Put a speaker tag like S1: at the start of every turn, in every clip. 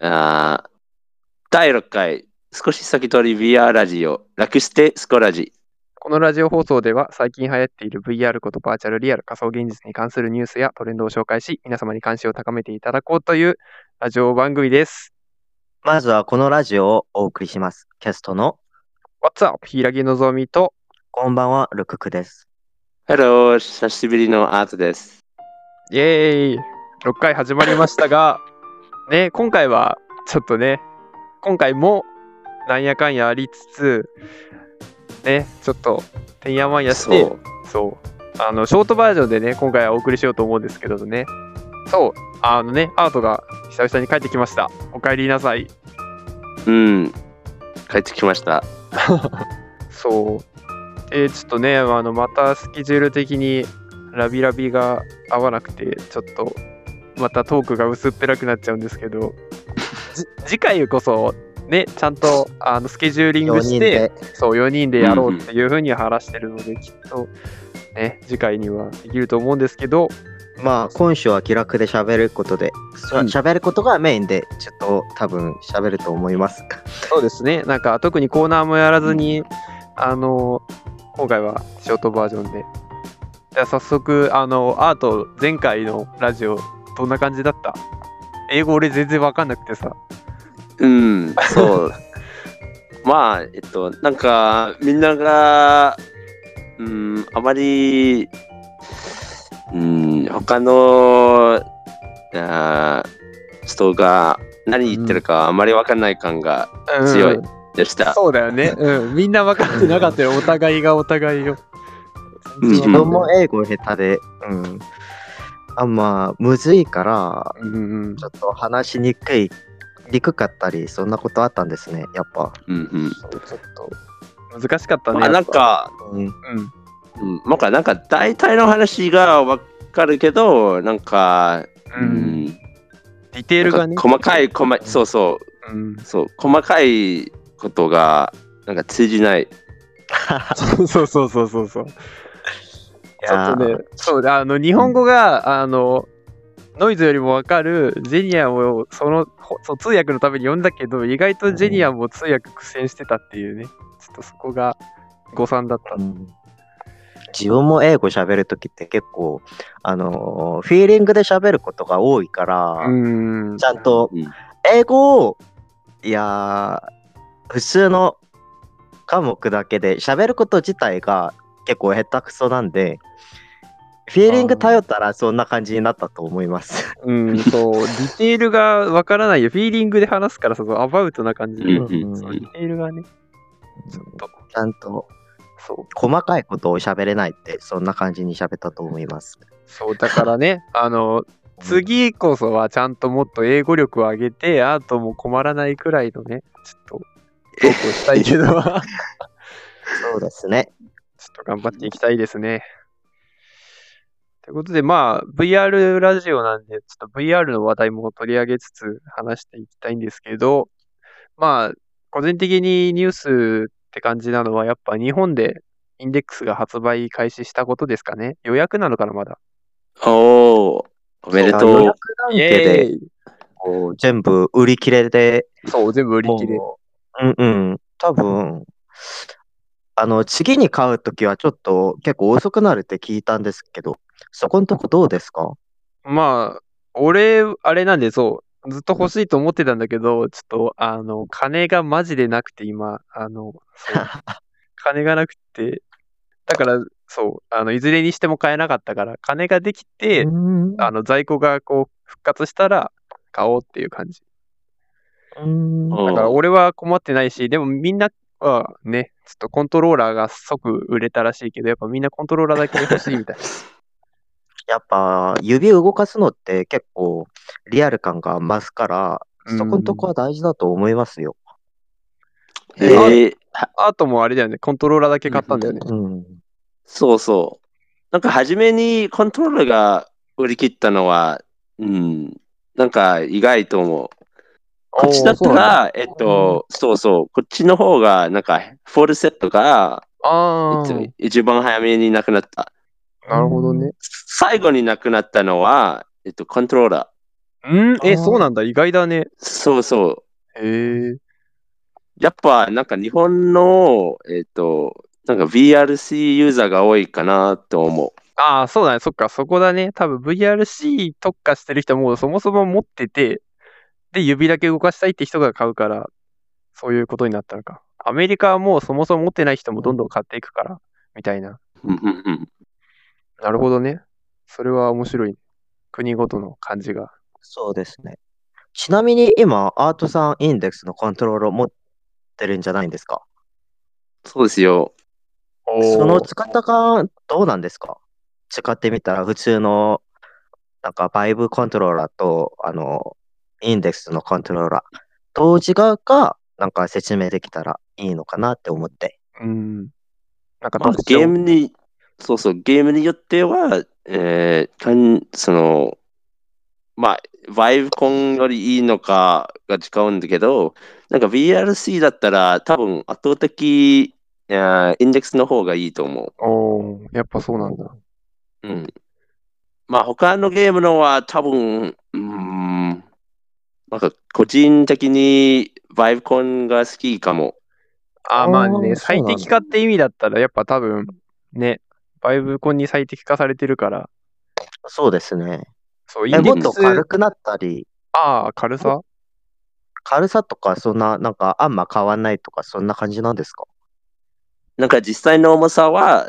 S1: あー第6回、少し先取り VR ラジオ、楽してスコラジ。
S2: このラジオ放送では最近流行っている VR ことバーチャルリアル仮想現実に関するニュースやトレンドを紹介し、皆様に関心を高めていただこうというラジオ番組です。
S3: まずはこのラジオをお送りします。キャストの
S2: What's up? 平木のぞみと、
S3: こんばんは、ルククです。
S1: Hello、久しぶりのアートです。
S2: イエーイ !6 回始まりましたが、ね、今回はちょっとね、今回もなんやかんやありつつ、ね、ちょっとてんやわんやして、ショートバージョンでね、今回はお送りしようと思うんですけどね。そう、アートが久々に帰ってきました。お帰りなさい。
S1: 帰ってきました。
S2: そう。ちょっとね、またスケジュール的にラビラビが合わなくて、ちょっとまたトークが薄っぺらくなっちゃうんですけど、次回こそね、ちゃんとスケジューリングして4人でやろうっていうふうに話してるので、きっとね、次回にはできると思うんですけど、
S3: まあ今週は気楽で喋ることで、喋ることがメインでちょっと多分喋ると思います。
S2: そうですね。なんか特にコーナーもやらずに、今回はショートバージョンで。じゃあ早速アート前回のラジオどんな感じだった？英語俺全然わかんなくてさ。
S1: そう。まあなんかみんながあまり他の人が何言ってるかあまりわかんない感が強いでした。
S2: そうだよね。みんな分かってなかったよ。お互いがお互いを。
S3: 自分も英語下手で、むずいから、ちょっと話しにくかったり、そんなことあったんですね、やっぱ。
S2: ちょっと難しかったね。
S1: なんか大体の話がわかるけど、なんか、
S2: ディテールがね、
S1: 細かいことがなんか通じない。
S2: そう。ちょっとね、そう日本語がノイズよりもわかるジェニアを通訳のために読んだけど、意外とジェニアも通訳苦戦してたっていうね、ちょっとそこが誤算だった。
S3: 自分も英語喋るときって結構フィーリングで喋ることが多いから、ちゃんと英語を普通の科目だけで喋ること自体が結構下手くそなんで、フィーリング頼ったらそんな感じになったと思います。
S2: そう、ディテールがわからないよ。フィーリングで話すからさ、アバウトな感じで、そうディテールがね、ちょっと
S3: ちゃんと細かいことを喋れないって、そんな感じに喋ったと思います。
S2: そうだからね、次こそはちゃんともっと英語力を上げて、アートも困らないくらいのね、ちょっとトークをしたいけど
S3: そうですね。
S2: ちょっと頑張っていきたいですね。ということで、VR ラジオなんで、ちょっと VR の話題も取り上げつつ話していきたいんですけど、個人的にニュースって感じなのは、やっぱ日本でインデックスが発売開始したことですかね。予約なのかな、まだ。
S1: おめでとう。
S3: 予約段階で全部売り切れで。
S2: そう、全部売り切れ。
S3: 多分、次に買うときはちょっと結構遅くなるって聞いたんですけど、そこのとこどうですか？
S2: 俺、あれなんで、ずっと欲しいと思ってたんだけど、ちょっと、金がマジでなくて、今、金がなくて、だから、いずれにしても買えなかったから、金ができて、在庫がこう、復活したら買おうっていう感じ。だから、俺は困ってないし、でもみんなはね、ちょっとコントローラーが即売れたらしいけど、やっぱみんなコントローラーだけ欲しいみたいな。
S3: やっぱ指動かすのって結構リアル感が増すから、そこのとこは大事だと思いますよ。
S2: アートもあれだよね、コントローラーだけ買ったんだよね。
S1: そう。なんか初めにコントローラーが売り切ったのは、なんか意外と思う。こっちだったら、こっちの方が、なんか、フォールセットが、一番早めになくなった。
S2: なるほどね。
S1: 最後になくなったのは、コントローラ
S2: そうなんだ。意外だね。
S1: そうそう。
S2: へえ。
S1: やっぱなんか日本の、なんか VRC ユーザーが多いかなと思う。
S2: ああ、そうだね。そっか、そこだね。多分 VRC 特化してる人もそもそも持ってて、で、指だけ動かしたいって人が買うから、そういうことになったのか。アメリカはもうそもそも持ってない人もどんどん買っていくから、みたいな。
S1: うんうんうん。
S2: なるほどね。それは面白い。国ごとの感じが。
S3: そうですね。ちなみに今、アートさんインデックスのコントローラー持ってるんじゃないんですか？
S1: そうですよ。
S3: その
S2: おー。
S3: 使った感どうなんですか？使ってみたら普通のなんかバイブコントローラーとインデックスのコントローラーどう違うかなんか説明できたらいいのかなって思って。
S2: うん。なんか
S1: まあ、ゲー
S2: 特徴。
S1: ムに、そうそう、ゲームによっては、まあ、バイブコンよりいいのかが違うんだけど、なんか VRC だったら多分圧倒的、インデックスの方がいいと思
S2: おー、やっぱそうなんだ。
S1: う。うん。まあ、他のゲームのは多分、なんか個人的にバイブコンが好きかも。
S2: ああ、まあね、最
S3: そうなんだ。
S2: 適化って意味だったら、やっぱ多分、ね、バイブコンに最適化されてるから、
S3: そうですね。
S2: そう、インデ
S3: もっと
S2: ックス、
S3: 軽くなったり、
S2: 軽さ。
S3: 軽さとかそんな、なんかあんま変わんないとかそんな感じなんですか？
S1: なんか実際の重さは、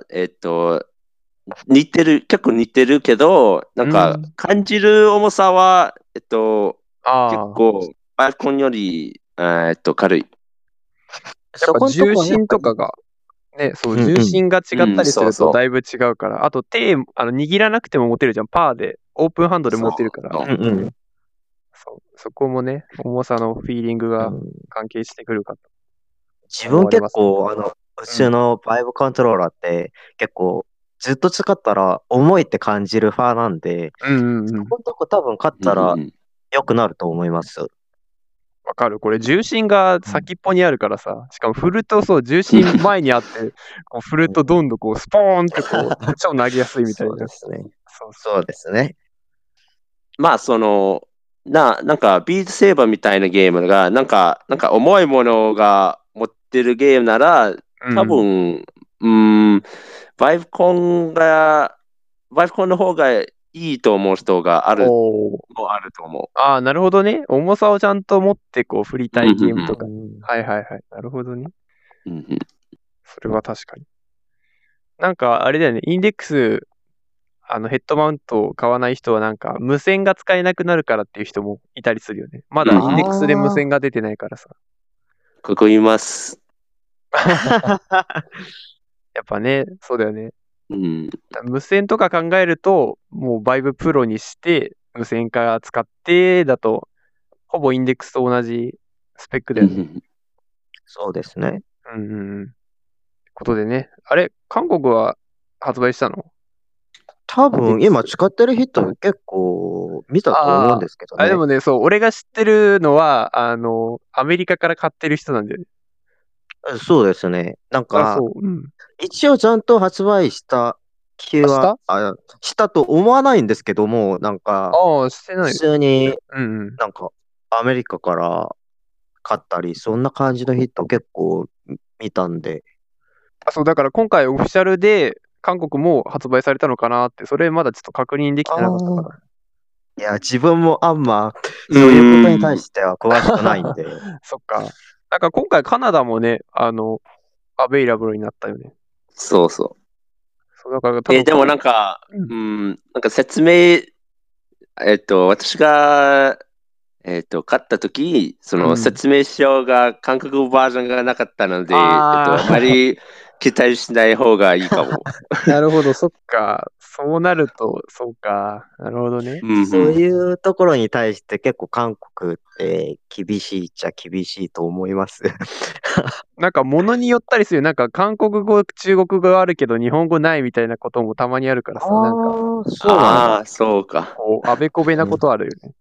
S1: 結構似てるけど、なんか感じる重さは、結
S2: ああ、
S1: 構バイブコンより、軽い。
S2: やっぱ
S3: そこんと
S2: 重
S3: こはやっぱり、
S2: 心とかが、ね、そう、重
S3: うんうん。
S2: 心が違ったりするとだ
S1: そ
S2: いぶ違うから、あと握らなくても持てるじゃん。パーで、オープンハンドで
S1: う。そう
S2: 持てるから、
S1: そう。
S3: うんうん。
S2: そこもね、重さのフィーリングが
S3: うん、
S2: 関係してくるかと
S3: 自分結
S2: 思われますね。
S3: 構、普通のバイブコントローラーって結構ずっと使ったら重いって感じる派なんで、
S2: うんうんうんうん。
S3: そこんとこ多分買っ
S1: うんう
S3: たら
S1: んうん。
S3: 良くなると思います。
S2: わかる。これ重心が
S3: うん。
S2: 先っぽにあるからさ、しかも振るとそう、重心前にあって、こう振るとどんどんこう、スポーンってこう、超投げやすいみたい
S3: そう
S2: な。
S3: ですね。
S2: そうそ
S3: そうですね。
S1: まあ、なんか、ビートセーバーみたいなゲームが、なんか重いものが持ってるゲームなら、
S2: う。う
S1: 多
S2: ん。
S1: 分、うーん、バイブコンが、バイブコンの方がいいと思う人が
S2: おー。
S1: あると思
S2: ああ、なるほどね。重さをちゃんと持ってこう振り
S1: う。
S2: たいゲームとか。
S3: うん。
S2: はいはいはい。なるほどね。
S1: うんうん。
S2: それは確かに。なんかあれだよね。インデックス、ヘッドマウントを買わない人はなんか無線が使えなくなるからっていう人もいたりするよね。まだインデックスで無
S3: あ
S2: 線が出てないからさ。
S1: ここいます。
S3: あ。
S2: やっぱね、そうだよね。
S1: うん。
S2: 無線とか考えると、もうバイブプロにして、無線化使ってだと、ほぼインデックスと同じスペックだよね。
S3: そうですね。
S2: うんうんうん。ことでね。あれ、韓国は発売したの？
S3: 多
S2: インデックス。
S3: 分今使ってる人結構見たと思うん
S2: あ
S3: ですけど
S2: あ、で
S3: ね。
S2: もね、そう、俺が知ってるのは、アメリカから買ってる人なんだよね。
S3: そうですね。なんか、
S2: そう。うん。
S3: 一応ちゃんと発売した気は、
S2: 明日。
S3: したと思わないんですけども、なんか、
S2: ああ、して
S3: 普
S2: ない。
S3: 通に
S2: うんうん。
S3: なんかアメリカから買ったり、そんな感じの人結構見たんで、
S2: そう、だから今回オフィシャルで韓国も発売されたのかなって、それまだちょっと確認できてなかったから。
S3: ああ、いや、自分もあんま、
S1: う
S3: そういうことに
S1: ん。
S3: 対しては詳しくないんで、
S2: そっか。なんか今回カナダもね、アベイラブルになったよね。
S1: そうそ
S2: そうだから多
S1: う。
S2: 分
S1: でもなんか、
S2: うん。
S1: なんか説明、私が、買った時、その
S2: うん。
S1: 説明書が韓国語バージョンがなかったので、あま
S2: ああ、
S1: り期待しない方がいいかも。
S2: なるほど、そっか。そうなると、そうか。なるほどね。
S1: うん
S3: そう
S1: うん。
S3: いうところに対して結構韓国って厳しいっちゃ厳しいと思います。
S2: なんか物によったりするよ。なんか韓国語、中国語あるけど日本語ないみたいなこともたまにあるから
S3: あ
S2: さ、なんか、
S3: あ、そうなんだ。
S1: ああ、そうか。
S2: こう、あべこべなことあるよね。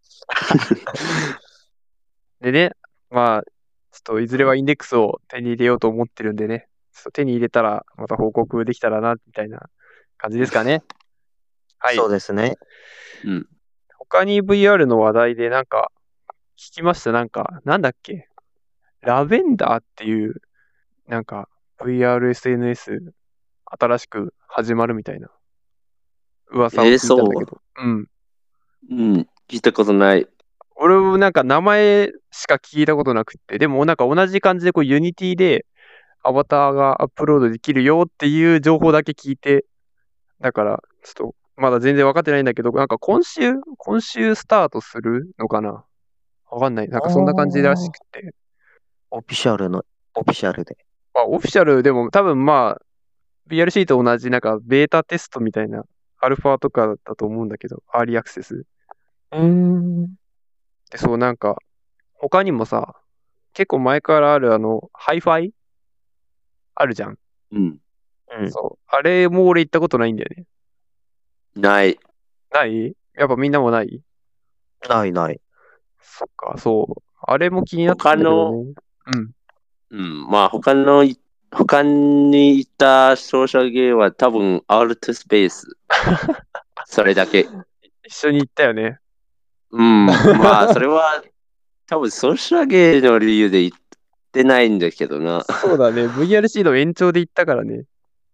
S2: でね、まあ、ちょっといずれはインデックスを手に入れようと思ってるんでね、ちょっと手に入れたらまた報告できたらな、みたいな感じですかね。はい。
S3: そうですね。
S1: うん。
S2: 他に VR の話題でなんか聞きました。なんだっけラベンダーっていう、なんか VR SNS 新しく始まるみたいな噂を聞いたんだけど。うん。
S1: 聞いたことない。
S2: 俺もなんか名前しか聞いたことなくって、でもなんか同じ感じでこうユニティでアバターがアップロードできるよっていう情報だけ聞いて、だからちょっとまだ全然分かってないんだけど、なんか今週スタートするのかなわかんない。なんかそんな感じらしくて。
S3: オフィシャルで。
S2: オフィシャルでも多分まあ、BRC と同じなんかベータテストみたいな、アルファとかだったと思うんだけど、アーリーアクセス。で、そうなんか、他にもさ、結構前からあるハイファイあるじゃん。そう。あれも俺行ったことないんだよね。
S1: ない。
S2: ないやっぱみんなもない
S3: ない。
S2: そっか、そう。あれも気になってたけどね。
S1: まあ他にいたソーシャルゲーは多分アウトスペース。それだけ。
S2: 一緒に行ったよね。
S1: まあそれは多分ソーシャルゲーの理由で行ってないんだけどな。
S2: そうだね。VRC の延長で行ったからね。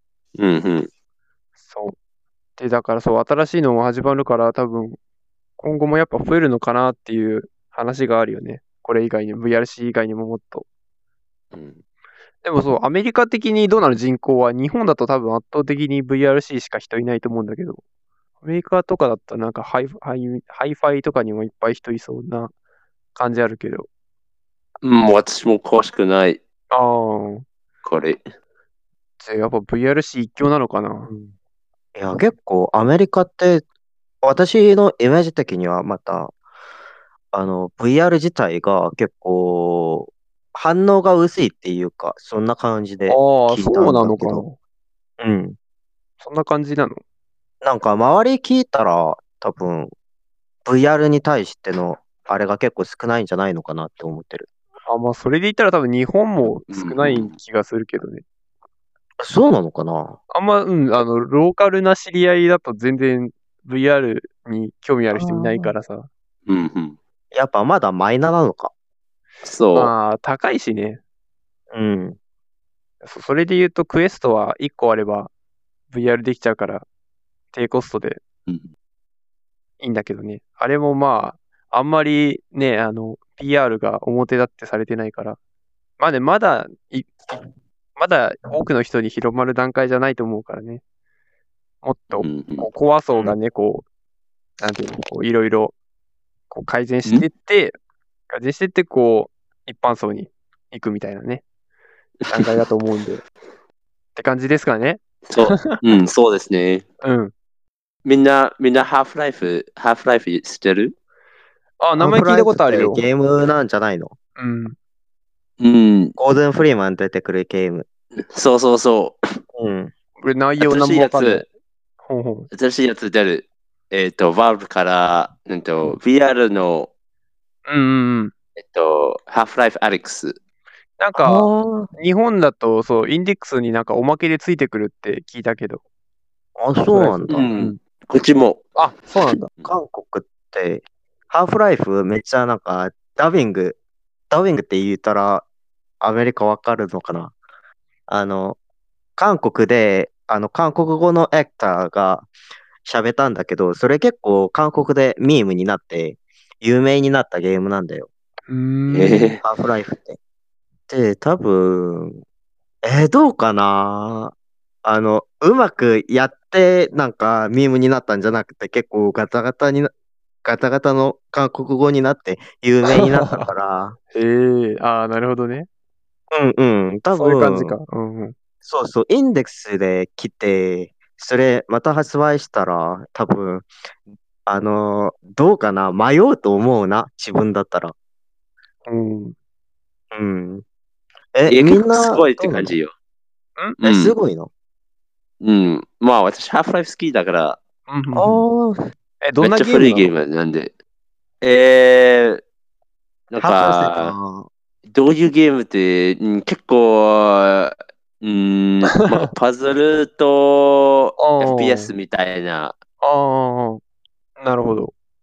S2: そう。で、だからそう、新しいのも始まるから多分、今後もやっぱ増えるのかなっていう話があるよね。これ以外に、VRC 以外にももっと。でもそう、アメリカ的にどうなる人口は、日本だと多分圧倒的に VRC しか人いないと思うんだけど、アメリカとかだったらなんかハイファイとかにもいっぱい人いそうな感じあるけど。
S1: 私も詳しくない。これ。
S2: じゃあやっぱ VRC 一強なのかな。
S3: いや、結構アメリカって、私のイメージ的にはまた、VR 自体が結構反応が薄いっていうか、そんな感じで聞いたんだけど。
S2: そうなのか
S3: な。
S2: そんな感じなの？
S3: なんか周り聞いたら多分 VR に対してのあれが結構少ないんじゃないのかなって思ってる。
S2: まあそれで言ったら多分日本も少ない気がするけどね。
S3: そうなのかな？
S2: ローカルな知り合いだと全然 VR に興味ある人いないからさ。
S3: やっぱまだマイナーなのか。
S1: そう。
S2: まあ、高いしね。それで言うとクエストは1個あれば VR できちゃうから低コストでいいんだけどね。あれもまあ、あんまりね、PR が表立ってされてないから。まあね、まだ多くの人に広まる段階じゃないと思うからね。もっと、コア層がね、なんていうの、いろいろ、改善してって、一般層に行くみたいなね、段階だと思うんで。って感じですかね。
S1: そうですね。みんなハーフライフ知ってる？
S2: 名前聞いたことあるよ。
S3: ゲームなんじゃないの？ゴードン・フリーマン出てくるゲーム。
S1: そう。
S2: 俺内容なんもわかんない。
S1: 新しいやつ出る。バルブから、VR の、ハーフライフアレックス。
S2: なんか、日本だと、そう、インデックスになんかおまけでついてくるって聞いたけど。
S3: そうなんだ。
S1: こっちも。
S2: そうなんだ。
S3: 韓国って、ハーフライフめっちゃなんか、ダビングって言ったら、アメリカわかるのかな？韓国で、韓国語のアクターが喋ったんだけど、それ結構韓国でミームになって、有名になったゲームなんだよ。ハーフライフって。で、多分、どうかな？うまくやって、なんか、ミームになったんじゃなくて、結構ガタガタの韓国語になって有名になったから。
S2: なるほどね。
S3: 多分。
S2: そういう感じか。
S3: そう、インデックスで来て、それまた発売したら、多分、どうかな？迷うと思うな、自分だったら。
S1: みんなすごいって感じよ。
S3: すごいの？
S1: まあ私ハーフライフ好きだから。
S2: どんな
S1: めっちゃ古いゲームなんで。なんか、どういうゲームって、結構、パズルと FPS みたいな。
S2: なるほど。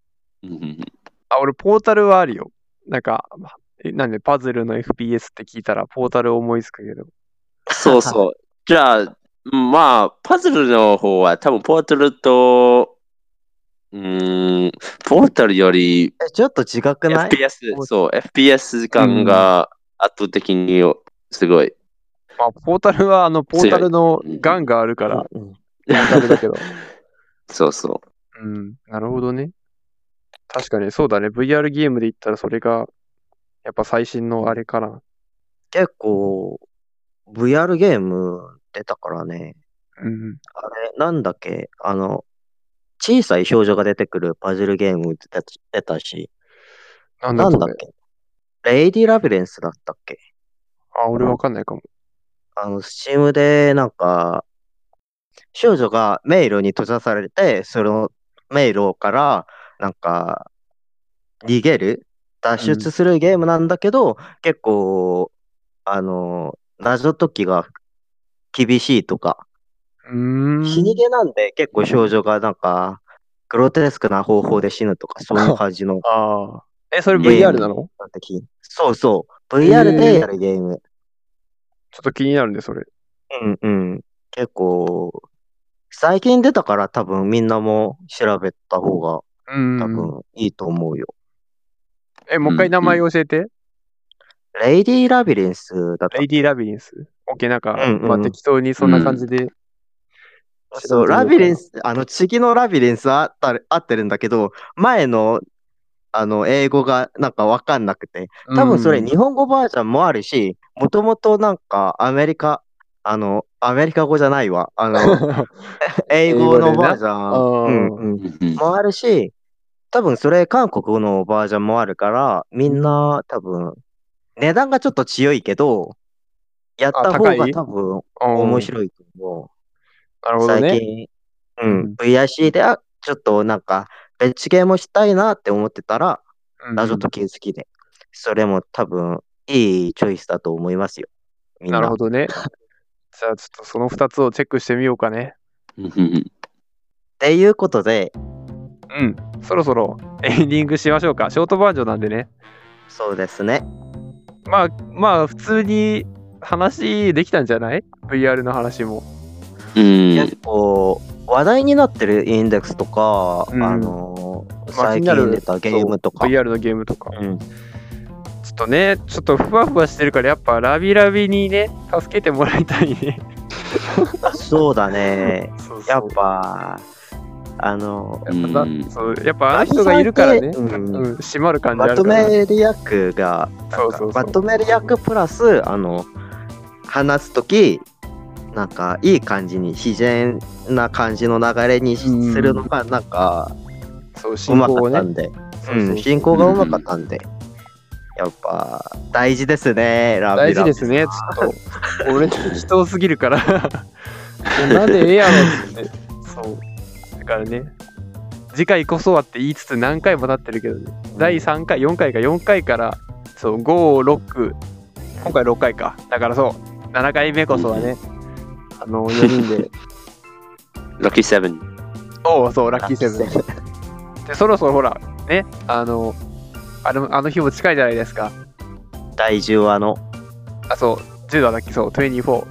S2: あ、俺、ポータルはあるよ。なんか、なんでパズルの FPS って聞いたら、ポータル思いつくけど。
S1: そうそう。じゃあ、まあ、パズルの方は多分ポータルと、ポータルより
S3: ちょっと違くない？
S1: FPS、そう、FPS 感が圧倒的にすごい。
S2: まあ、ポータルは、ポータルのガンがあるから、ポータルだけど。
S1: そうそ
S2: なるほどね。確かに、そうだね。VR ゲームで言ったら、それが、やっぱ最新のあれかな。
S3: 結構、VR ゲーム出たからね。あれ、なんだっけ、小さい表情が出てくるパズルゲーム出たし、
S2: なん
S3: だっけ、レイディラビレンスだったっけ？
S2: あ、俺わかんないかも。
S3: スチームで、なんか、少女が迷路に閉ざされて、その迷路から、なんか、逃げる脱出するゲームなんだけど、結構、謎解きが厳しいとか、死にゲーなんで結構少女がなんか、グロテスクな方法で死ぬとか、そういう感じの。
S2: それ VR なの？
S3: そうそう。VR でやるゲーム。
S2: ちょっと気になるんで、それ。
S3: 結構、最近出たから多分みんなも調べた方が多分いいと思うよ。
S2: もう一回名前教えて。
S3: レイディラビリンスだった。
S2: レイディラビリンス。OK、なんか、まあ適当にそんな感じで。
S3: そう、ラビリンス、次のラビリンス合ってるんだけど、前の、英語がなんかわかんなくて、多分それ日本語バージョンもあるし、もともとなんかアメリカ語じゃないわ。英語のバージョン、もあるし、多分それ韓国のバージョンもあるから、みんな多分、値段がちょっと強いけど、やった方が多分面白いと思う。
S2: なるほどね。
S3: 最近、VIC で、ちょっとなんか、別ゲームしたいなって思ってたら、謎解き好きで、それも多分、いいチョイスだと思いますよ。みんな。
S2: なるほどね。じゃあちょっとその2つをチェックしてみようかね。
S3: っていうことで、
S2: そろそろエンディングしましょうか。ショートバージョンなんでね。
S3: そうですね。
S2: まあ普通に話できたんじゃない？ VR の話も。
S3: 結構話題になってるインデックスとか、最近出たゲームとか、
S2: VR のゲームとか、ちょっとね、ちょっとふわふわしてるからやっぱラビラビにね助けてもらいたいね。
S3: そうだね。やっぱ
S2: やっぱあの人がいるからね、締まる感じあるから。
S3: まとめる役が、まとめる役プラス話すときなんかいい感じに自然な感じの流れにするのがなんかうまかったんで、進行がうまかったんで、やっぱ大事ですね。
S2: 大事ですね。ちょっと俺人すぎるからなんでやろってそうだからね、次回こそはって言いつつ何回もなってるけど、ね、第3回4回か4回からそう5、6今回6回か、だからそう7回目こそはね、4人で
S1: ラッキーセブン。
S2: そうラッキーセブンで、そろそろほらね、あの日も近いじゃないですか。
S3: 第10話の
S2: そう10話だっけ、そう24、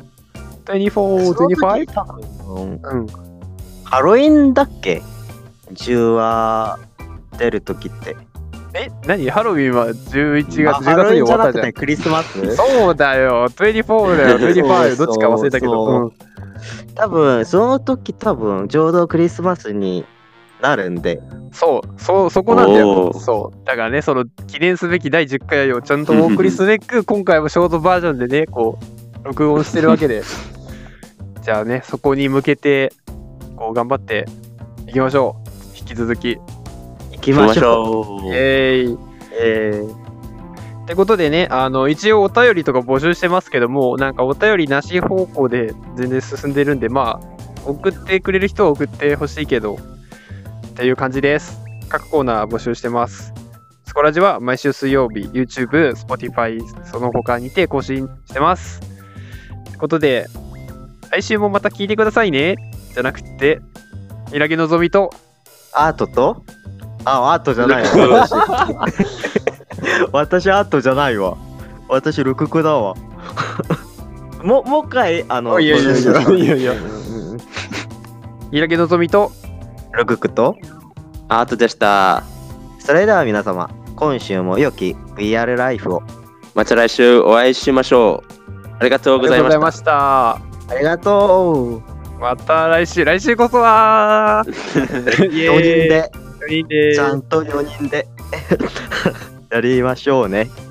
S3: ハロウィンだっけ、10話出るときって。
S2: 何ハロウィンは11月、10月に終わったじゃん。
S3: クリスマス？
S2: そうだよ、24だよ、25どっちか忘れたけど、
S3: 多分その時ちょうどクリスマスになるんで、
S2: そこなんだよ。そうだからね、その記念すべき第10回をちゃんとお送りすべく今回もショートバージョンでねこう録音してるわけでじゃあね、そこに向けてこう頑張っていきましょう。引き続き
S3: 行きましょう。
S2: ってことでね、一応お便りとか募集してますけども、なんかお便りなし方向で全然進んでるんで、まあ送ってくれる人は送ってほしいけどっていう感じです。各コーナー募集してます。スコラジは毎週水曜日 YouTube、Spotify その他にて更新してます。ってことで来週もまた聞いてくださいねじゃなくて、平木のぞみと
S3: アートとあ、アートじゃないわ。私アートじゃないわ。私ルククだわ。もう一回、
S2: いやいやいやいや。平木のぞみと、
S3: ルククと、
S1: アートでした。
S3: それでは皆様、今週も良き VR ライフを。
S1: また来週お会いしましょう。ありがとうございました。
S3: ありがとう。
S2: また来週こそは
S3: 4人で、ちゃんと4人でやりましょうね。